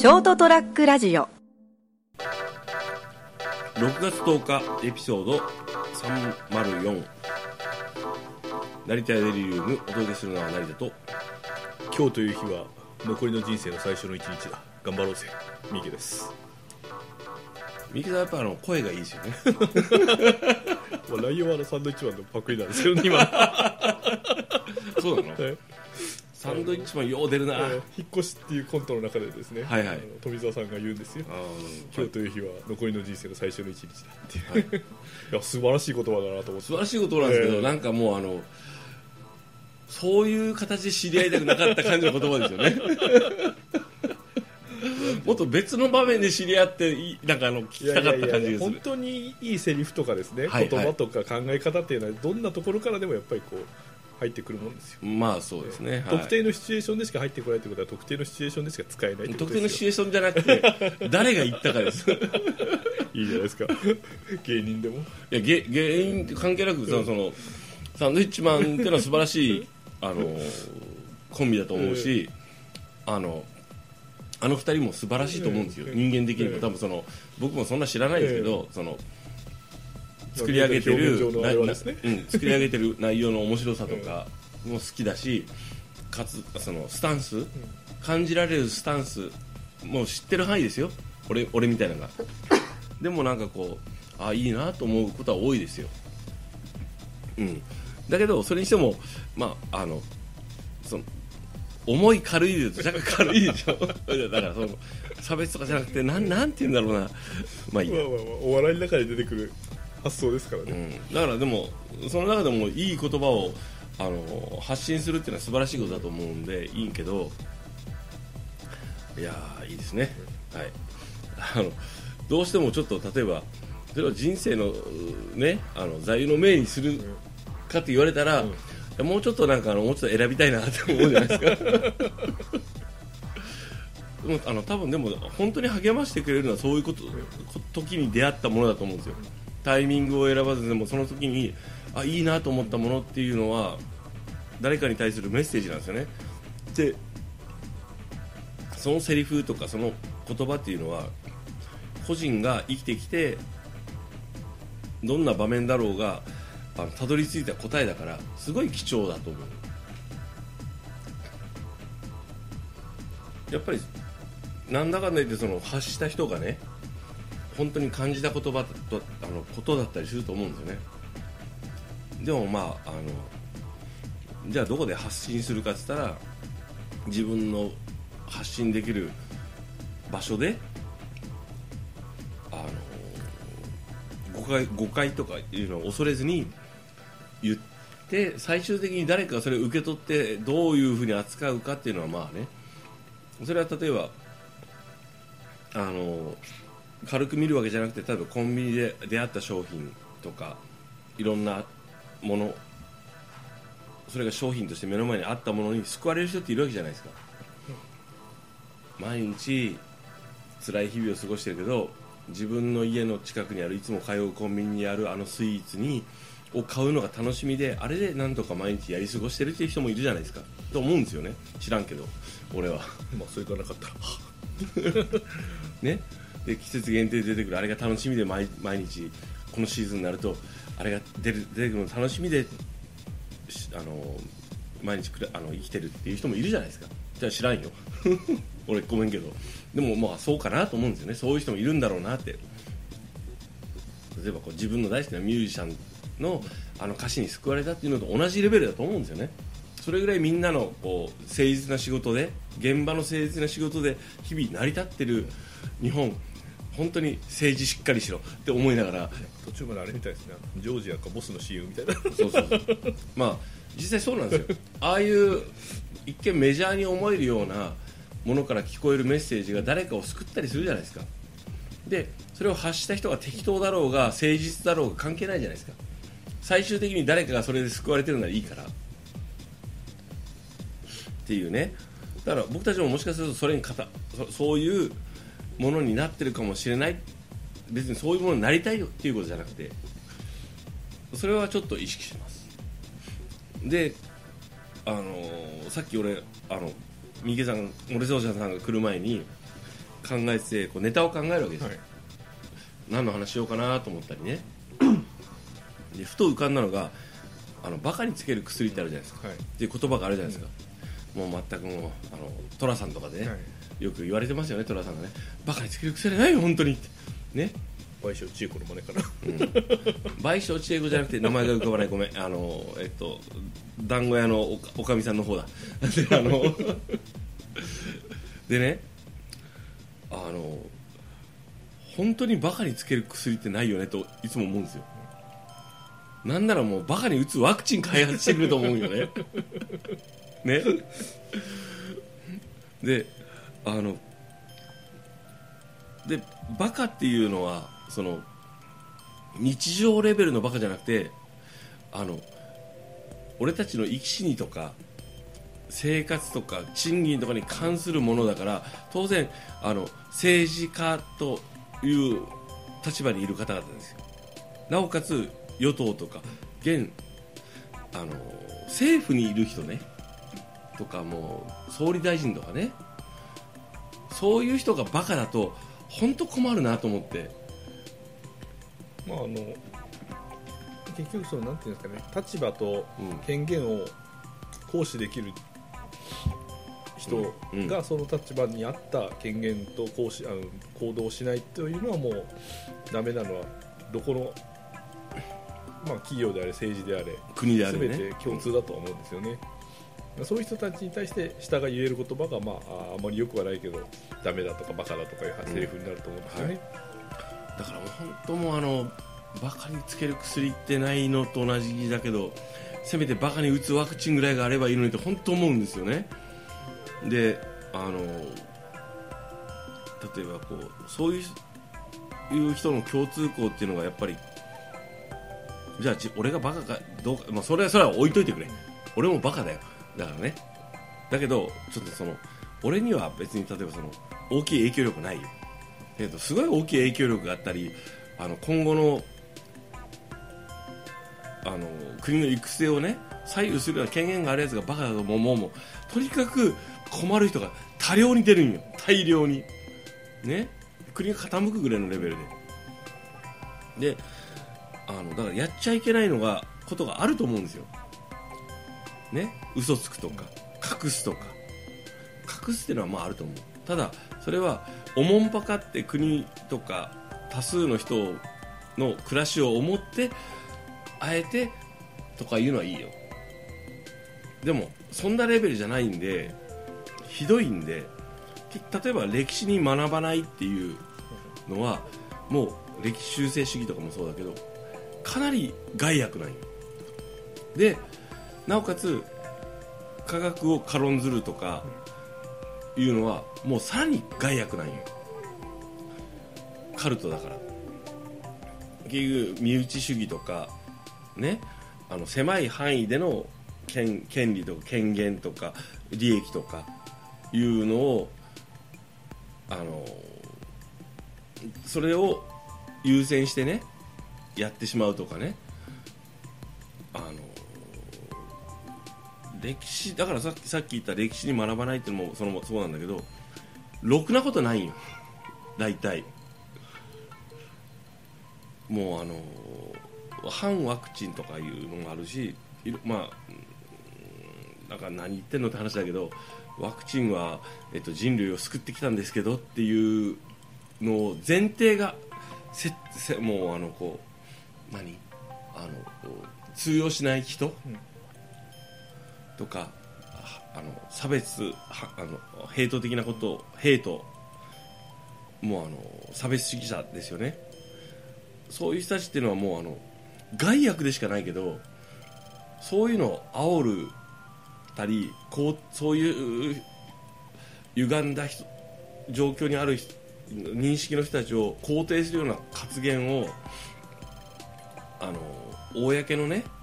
ショートトラックラジオ 6月10日エピソード304成田デリリウムお届けするのは成田と今日という日は残りの人生の最初の一日だ、頑張ろうぜ、三池です。 三池さんやっぱ声がいいですよねまあ、ライオンはサンドイッチマンのパクリなんですけど、今そうなの、サンドイッチマンよう出るな、 引っ越しっていうコントの中でですね、 はいはい、 富澤さんが言うんですよ、今日という日は残りの人生の最初の一日だって、はい、いや素晴らしい言葉だなと思って。素晴らしい言葉なんですけど、なんかもうそういう形で知り合いたくなかった感じの言葉ですよねもっと別の場面で知り合ってなんか聞きたかった感じでする。 本当にいいセリフとかですね、 はいはい、 言葉とか考え方っていうのはどんなところからでもやっぱりこう入ってくるもんですよ。 まあそうですね、はい、 特定のシチュエーションでしか入ってこないということは特定のシチュエーションでしか使えないということですよ。 特定のシチュエーションじゃなくて誰が言ったかですいいじゃないですか芸人でも。 いや芸人関係なくそのサンドイッチマンっていうのは素晴らしいコンビだと思うし、あの二人も素晴らしいと思うんですよ、人間的にも。多分僕もそんな知らないですけど、作り上げてる、作り上げてる内容の面白さとかも好きだし、かつスタンス、感じられるスタンスもう知ってる範囲ですよ、俺みたいなのが。でもなんかこういいなと思うことは多いですよ、だけどそれにしても重い軽いで若干軽いでしょだから差別とかじゃなくてなんて言うんだろうな、まあいいや、 お笑いの中で出てくる発想ですからね、 だからでもその中でもいい言葉を発信するっていうのは素晴らしいことだと思うんでいいけど、いやいいですね、はい、どうしてもちょっと例えば人生のね座右の銘にするかって言われたら、もうちょっともうちょっと選びたいなって思うじゃないですか多分でも本当に励ましてくれるのはそういう時に出会ったものだと思うんですよ。タイミングを選ばずでもその時にいいなと思ったものっていうのは誰かに対するメッセージなんですよね。でそのセリフとかその言葉っていうのは個人が生きてきてどんな場面だろうがたどり着いた答えだからすごい貴重だと思う。やっぱりなんだかんだ言って発した人がね本当に感じた言葉とことだったりすると思うんですよね。でもじゃあどこで発信するかって言ったら自分の発信できる場所で誤解とかいうのを恐れずに言って最終的に誰かがそれを受け取ってどういうふうに扱うかっていうのはまあね、それは例えば軽く見るわけじゃなくて、例えばコンビニで出会った商品とかいろんなもの、それが商品として目の前にあったものに救われる人っているわけじゃないですか。毎日辛い日々を過ごしてるけど自分の家の近くにあるいつも通うコンビニにあるスイーツを買うのが楽しみで、あれでなんとか毎日やり過ごしてるっていう人もいるじゃないですかと思うんですよね。知らんけど俺はそれがなかったね、で季節限定で出てくるあれが楽しみで毎日このシーズンになるとあれが出てくるの楽しみで毎日生きてるっていう人もいるじゃないですか。じゃあ知らんよ俺ごめんけど、でもそうかなと思うんですよね。そういう人もいるんだろうなって。例えば自分の大好きなミュージシャンの歌詞に救われたっていうのと同じレベルだと思うんですよね。それぐらいみんなの誠実な仕事で現場の誠実な仕事で日々成り立ってる日本、本当に政治しっかりしろって思いながら、 途中まであれみたいですね、ジョージアかボスの CM みたいなそうまあ実際そうなんですよ。ああいう一見メジャーに思えるようなものから聞こえるメッセージが誰かを救ったりするじゃないですか。でそれを発した人が適当だろうが誠実だろうが関係ないじゃないですか。最終的に誰かがそれで救われてるならいいからっていうね。だから僕たちももしかするとそれにそういうものになってるかもしれない。別にそういうものになりたいっていうことじゃなくて、それはちょっと意識します。でさっき俺三池さん森奏者さんが来る前に考えてこうネタを考えるわけですよ、 はい、 何の話しようかなと思ったりねでふと浮かんだのがバカにつける薬ってあるじゃないですか、はい、っていう言葉があるじゃないですか、もう全くもう寅さんとかでね、はい、よく言われてますよね、寅さんがね、バカにつける薬ないよ本当にってね、 倍賞千恵子の真似かな、 倍賞千恵子じゃなくて名前が浮かばない、ごめん、団子屋のおかみさんの方だでね、本当にバカにつける薬ってないよねといつも思うんですよ。なんならもうバカに打つワクチン開発してくれと思うよねねででバカっていうのはその日常レベルのバカじゃなくて俺たちの生き死にとか生活とか賃金とかに関するものだから、当然政治家という立場にいる方々ですよ。なおかつ与党とか政府にいる人ねとか、もう総理大臣とかね、そういう人がバカだと本当困るなと思って、 まあ結局なんていうんですかね、立場と権限を行使できる人がその立場に合った権限と行動をしないというのはもうダメなのはどこの、企業であれ政治であれ国であれね、 全て共通だと思うんですよね。そういう人たちに対して下が言える言葉が、あまり良くはないけどダメだとかバカだとかいうセリフになると思うんですよね、 はい、だからもう本当もうバカにつける薬ってないのと同じだけど、せめてバカに打つワクチンぐらいがあればいいのにって本当思うんですよね。で例えばそういう人の共通項っていうのがやっぱり、じゃあ俺がバカかどうか、それは置いといてくれ、俺もバカだよ、だからね、だけどちょっと俺には別に例えば大きい影響力ないよ、けどすごい大きい影響力があったり、今後の国の行く末をね左右するような権限があるやつがバカだともうとにかく困る人が多量に出るんよ、大量にね、国が傾くぐらいのレベルでだからやっちゃいけないことがあると思うんですよね。嘘つくとか隠すとか、隠すっていうのはあると思う。ただそれはおもんぱかって国とか多数の人の暮らしを思ってあえてとか言うのはいいよ。でもそんなレベルじゃないんで、ひどいんで、例えば歴史に学ばないっていうのはもう歴史修正主義とかもそうだけどかなり害悪なんよ。でなおかつ科学を軽んずるとかいうのはもうさらに害悪なんよ。カルトだから。結局身内主義とかね、狭い範囲での権利とか権限とか利益とかいうのをそれを優先してねやってしまうとかね、歴史だからさっき言った歴史に学ばないっていうのもそうなんだけど、ろくなことないよ大体。もう反ワクチンとかいうのもあるし、だから何言ってんのって話だけど、ワクチンは、人類を救ってきたんですけどっていうのを前提がもう通用しない人、とか差別ヘイト的なこともう差別主義者ですよね。そういう人たちっていうのはもう害悪でしかないけど、そういうのを煽るたりそういう歪んだ状況にある認識の人たちを肯定するような発言を公のね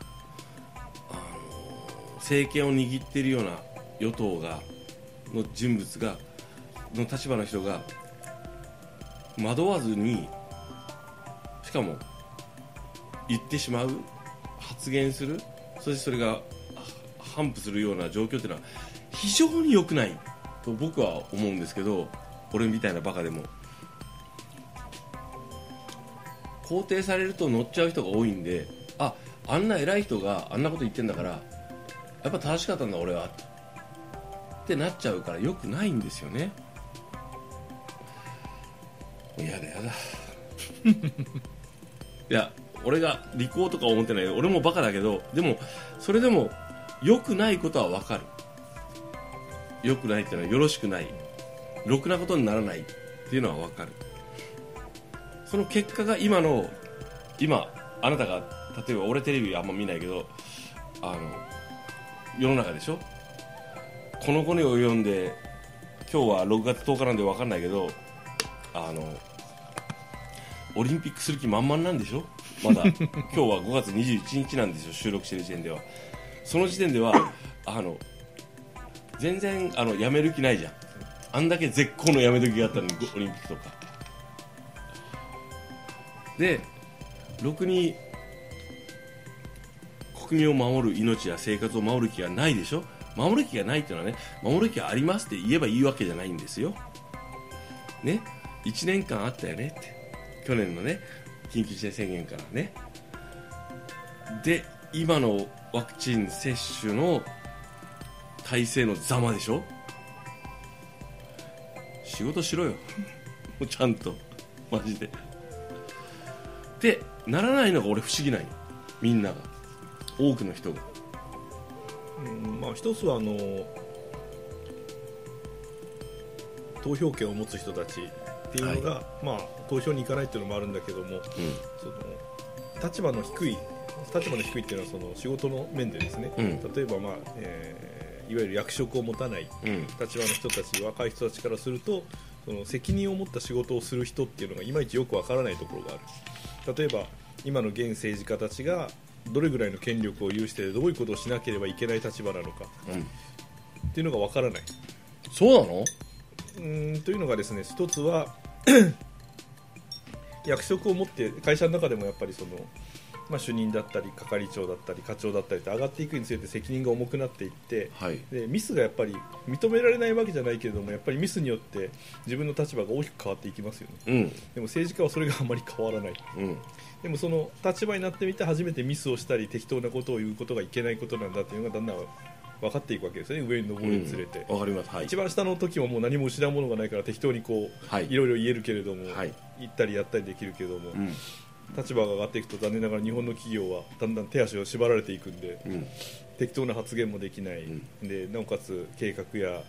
政権を握っているような与党の人物の立場の人が惑わずに、しかも言ってしまう、発言する、そしてそれが反布するような状況っていうのは非常に良くないと僕は思うんですけど、 俺みたいなバカでも肯定されると乗っちゃう人が多いんで、あんな偉い人があんなこと言ってんだからやっぱ正しかったんだ俺はってなっちゃうから良くないんですよね。やだやだいや俺が利口とか思ってない、俺もバカだけど、でもそれでも良くないことは分かる。良くないっていうのはよろしくない、ろくなことにならないっていうのは分かる。その結果が今あなたが例えば俺テレビあんま見ないけど世の中でしょ。この子にを読んで今日は6月10日なんで分かんないけどオリンピックする気満々なんでしょまだ今日は5月21日なんですよ、収録してる時点では。その時点では全然やめる気ないじゃん。あんだけ絶好のやめ時があったのにオリンピックとかでろくに国民を守る、命や生活を守る気がないでしょ。守る気がないっていうのはね、守る気がありますって言えばいいわけじゃないんですよね。1年間あったよねって、去年のね緊急事態宣言からね。で今のワクチン接種の体制のざまでしょ。仕事しろよもうちゃんとマジでってならないのが俺不思議ない。みんなが、多くの人が、 一つは投票権を持つ人たちっていうのが、投票に行かないっていうのもあるんだけども、その立場の低いっていうのはその仕事の面でですね、例えば、いわゆる役職を持たない立場の人たち、若い人たちからするとその責任を持った仕事をする人っていうのがいまいちよくわからないところがある。例えば今の現政治家たちがどれぐらいの権力を有してどういうことをしなければいけない立場なのかっていうのがわからない。 そうなの？ というのがですね、一つは役職を持って会社の中でもやっぱりその、主任だったり係長だったり課長だったりって上がっていくにつれて責任が重くなっていって、でミスがやっぱり認められないわけじゃないけれども、やっぱりミスによって自分の立場が大きく変わっていきますよね、でも政治家はそれがあまり変わらない、でもその立場になってみて初めてミスをしたり適当なことを言うことがいけないことなんだっていうのがだんだん分かっていくわけですよね、上に上るにつれて、 わかります、 一番下の時はもう何も失うものがないから適当にこう、いろいろ言えるけれども、言ったりやったりできるけれども、立場が上がっていくと残念ながら日本の企業はだんだん手足を縛られていくんで、適当な発言もできない、でなおかつ計画や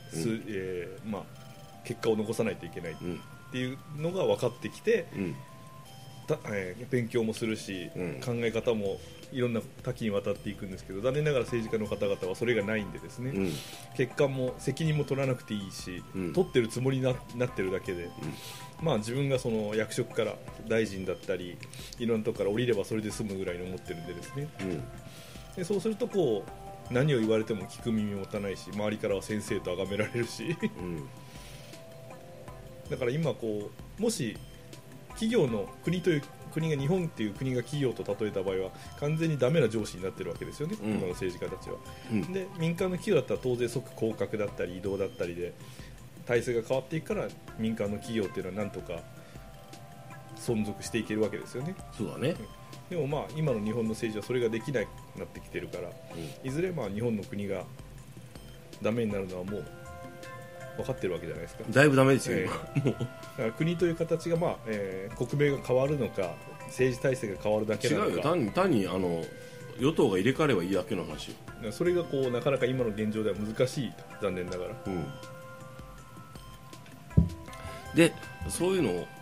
結果を残さないといけないっていうのが分かってきて、勉強もするし、考え方もいろんな多岐にわたっていくんですけど、残念ながら政治家の方々はそれがないんでですね、結果も責任も取らなくていいし、取ってるつもりになってるだけで、自分がその役職から大臣だったりいろんなところから降りればそれで済むぐらいに思ってるんでですね、でそうするとこう何を言われても聞く耳持たないし、周りからは先生と崇められるし、だから今こうもし企業の国が日本っていう国が企業と例えた場合は完全にダメな上司になってるわけですよね、今の政治家たちは、で民間の企業だったら当然即降格だったり異動だったりで体制が変わっていくから民間の企業っていうのはなんとか存続していけるわけですよね。 そうだね、 でも今の日本の政治はそれができなくなってきてるから、いずれ日本の国がダメになるのはもう分かってるわけじゃないですか。 だいぶダメですよ、 だから国という形が、国名が変わるのか政治体制が変わるだけなのか。 違うよ、単に与党が入れ替わればいいだけの話よ。 それがこうなかなか今の現状では難しい、残念ながら、 でそういうのを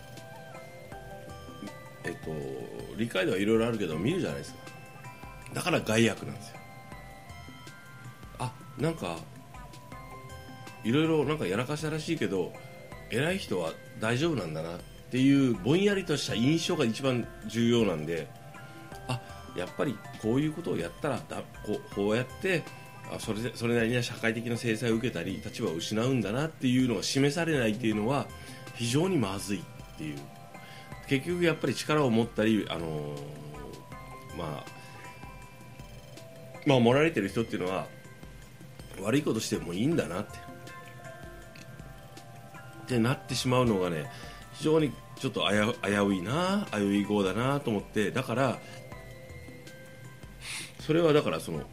理解ではいろいろあるけど見るじゃないですか。だから害悪なんですよ。なんかいろいろなんかやらかしたらしいけど偉い人は大丈夫なんだなっていうぼんやりとした印象が一番重要なんで、やっぱりこういうことをやったらこうやってそれなりに社会的な制裁を受けたり立場を失うんだなっていうのが示されないっていうのは非常にまずいっていう。結局やっぱり力を持ったり盛られてる人っていうのは悪いことしてもいいんだなってってなってしまうのがね、非常にちょっと危うい号だなと思って、だからそれはだからその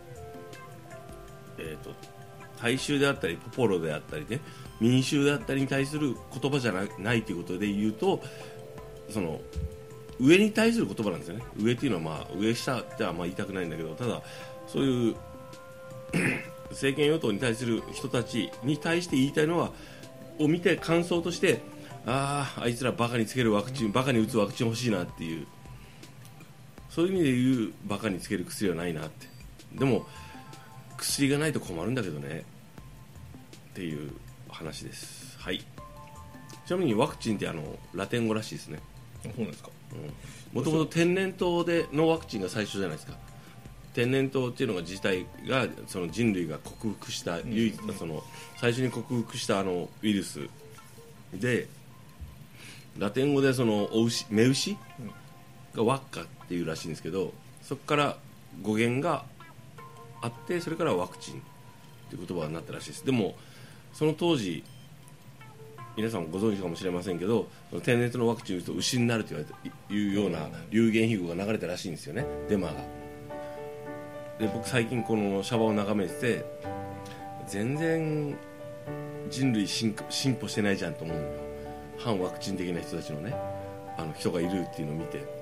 大衆であったりポポロであったりね、民衆であったりに対する言葉じゃないということで言うと、その上に対する言葉なんですよね。上っていうのはまあ上下ってはあんま言いたくないんだけど、ただそういう政権与党に対する人たちに対して言いたいのはを見て感想として、あいつらバカにつけるワクチン、バカに打つワクチン欲しいなっていう、そういう意味で言うバカにつける薬はないなって。でも薬がないと困るんだけどねっていう話です。はい。ちなみにワクチンってラテン語らしいですね。 そうなんですか。 もともと天然痘でのワクチンが最初じゃないですか。天然痘っていうのが自体がその人類が克服した唯一のその最初に克服したウイルスで、ラテン語でその目牛がワッカっていうらしいんですけど、そこから語源があって、それからワクチンっていう言葉になったらしいです。でもその当時皆さんもご存知かもしれませんけど、天然痘のワクチンを打つと牛になるというような流言飛語が流れたらしいんですよね、デマが。で僕最近このシャバを眺めてて、全然人類進歩してないじゃんと思うのよ。反ワクチン的な人たちのね、人がいるっていうのを見て、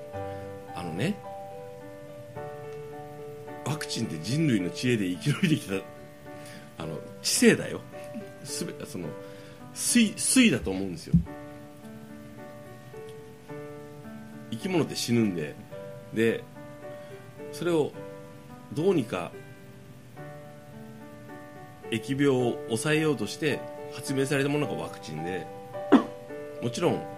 ワクチンって人類の知恵で生き延びてきた知性だよ。その粋だと思うんですよ。生き物って死ぬんで、それをどうにか疫病を抑えようとして発明されたものがワクチンで、もちろん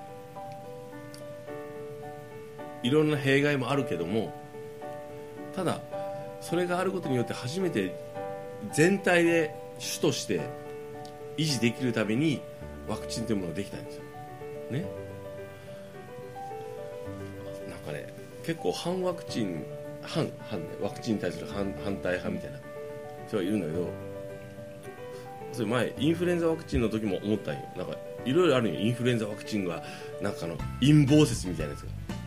いろんな弊害もあるけども、ただそれがあることによって初めて全体で主として維持できるためにワクチンというものができたんですよね。なんかね、結構反ワクチン反ね、ワクチンに対する反対派みたいな人がいるんだけど、それ前インフルエンザワクチンの時も思ったんよ。なんかいろいろあるんよ、インフルエンザワクチンはなんか陰謀説みたいなやつが。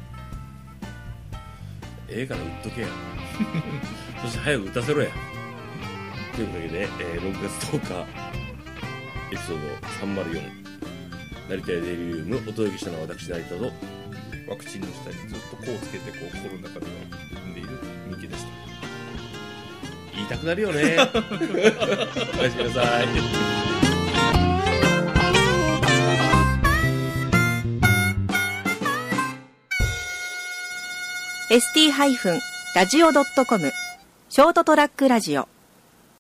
から打っとけやそして早く打たせろやというわけで、6月10日エピソード304成田デリリウムお届けしたのは私成田と、 ワクチンの下にずっとこうつけてこう心の中で踏んでいるミキでした。 言いたくなるよねおやすみなさい。 ST-radio.com ショートトラックラジオ